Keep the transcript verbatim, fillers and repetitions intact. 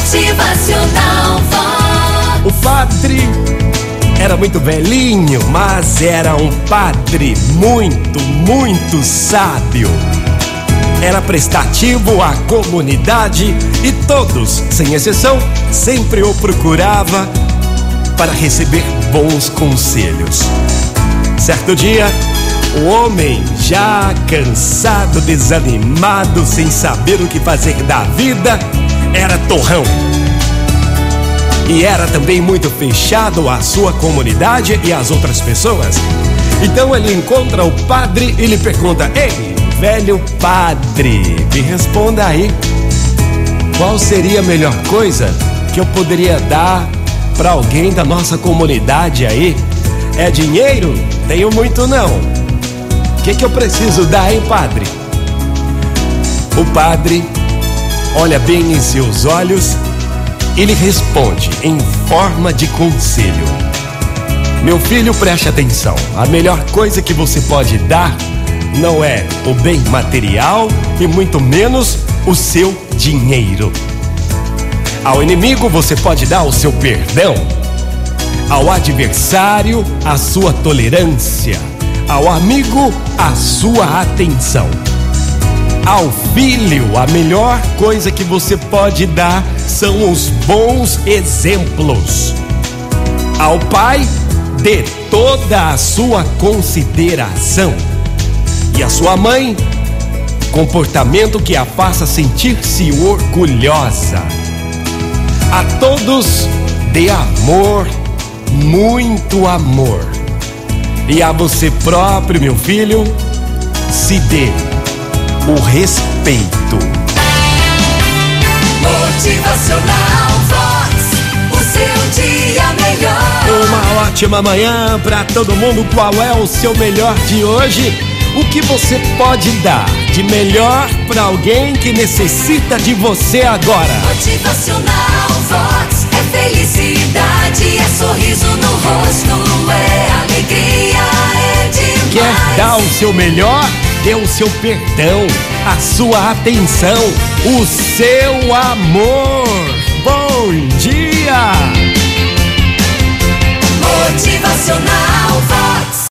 Motivacional Vox. O padre era muito velhinho, mas era um padre muito, muito sábio. Era prestativo à comunidade e todos, sem exceção, sempre o procurava para receber bons conselhos. Certo dia, o homem, já cansado, desanimado, sem saber o que fazer da vida, era torrão. E era também muito fechado à sua comunidade e às outras pessoas. Então ele encontra o padre e lhe pergunta: ei, velho padre, me responda aí, qual seria a melhor coisa que eu poderia dar para alguém da nossa comunidade aí? É dinheiro? Tenho muito não. O que que eu preciso dar, hein, padre? O padre olha bem em seus olhos e lhe responde em forma de conselho: meu filho, preste atenção. A melhor coisa que você pode dar não é o bem material e muito menos o seu dinheiro. Ao inimigo você pode dar o seu perdão, ao adversário a sua tolerância, ao amigo a sua atenção. Ao filho, a melhor coisa que você pode dar são os bons exemplos. Ao pai, dê toda a sua consideração. E a sua mãe, comportamento que a faça sentir-se orgulhosa. A todos, dê amor, muito amor. E a você próprio, meu filho, se dê o respeito. Motivacional Vox, o seu dia melhor. Uma ótima manhã para todo mundo. Qual é o seu melhor de hoje? O que você pode dar de melhor para alguém que necessita de você agora? Motivacional Vox é felicidade, é sorriso no rosto, é alegria, é demais. Quer dar o seu melhor? Dê o seu perdão, a sua atenção, o seu amor. Bom dia! Motivacional Vox.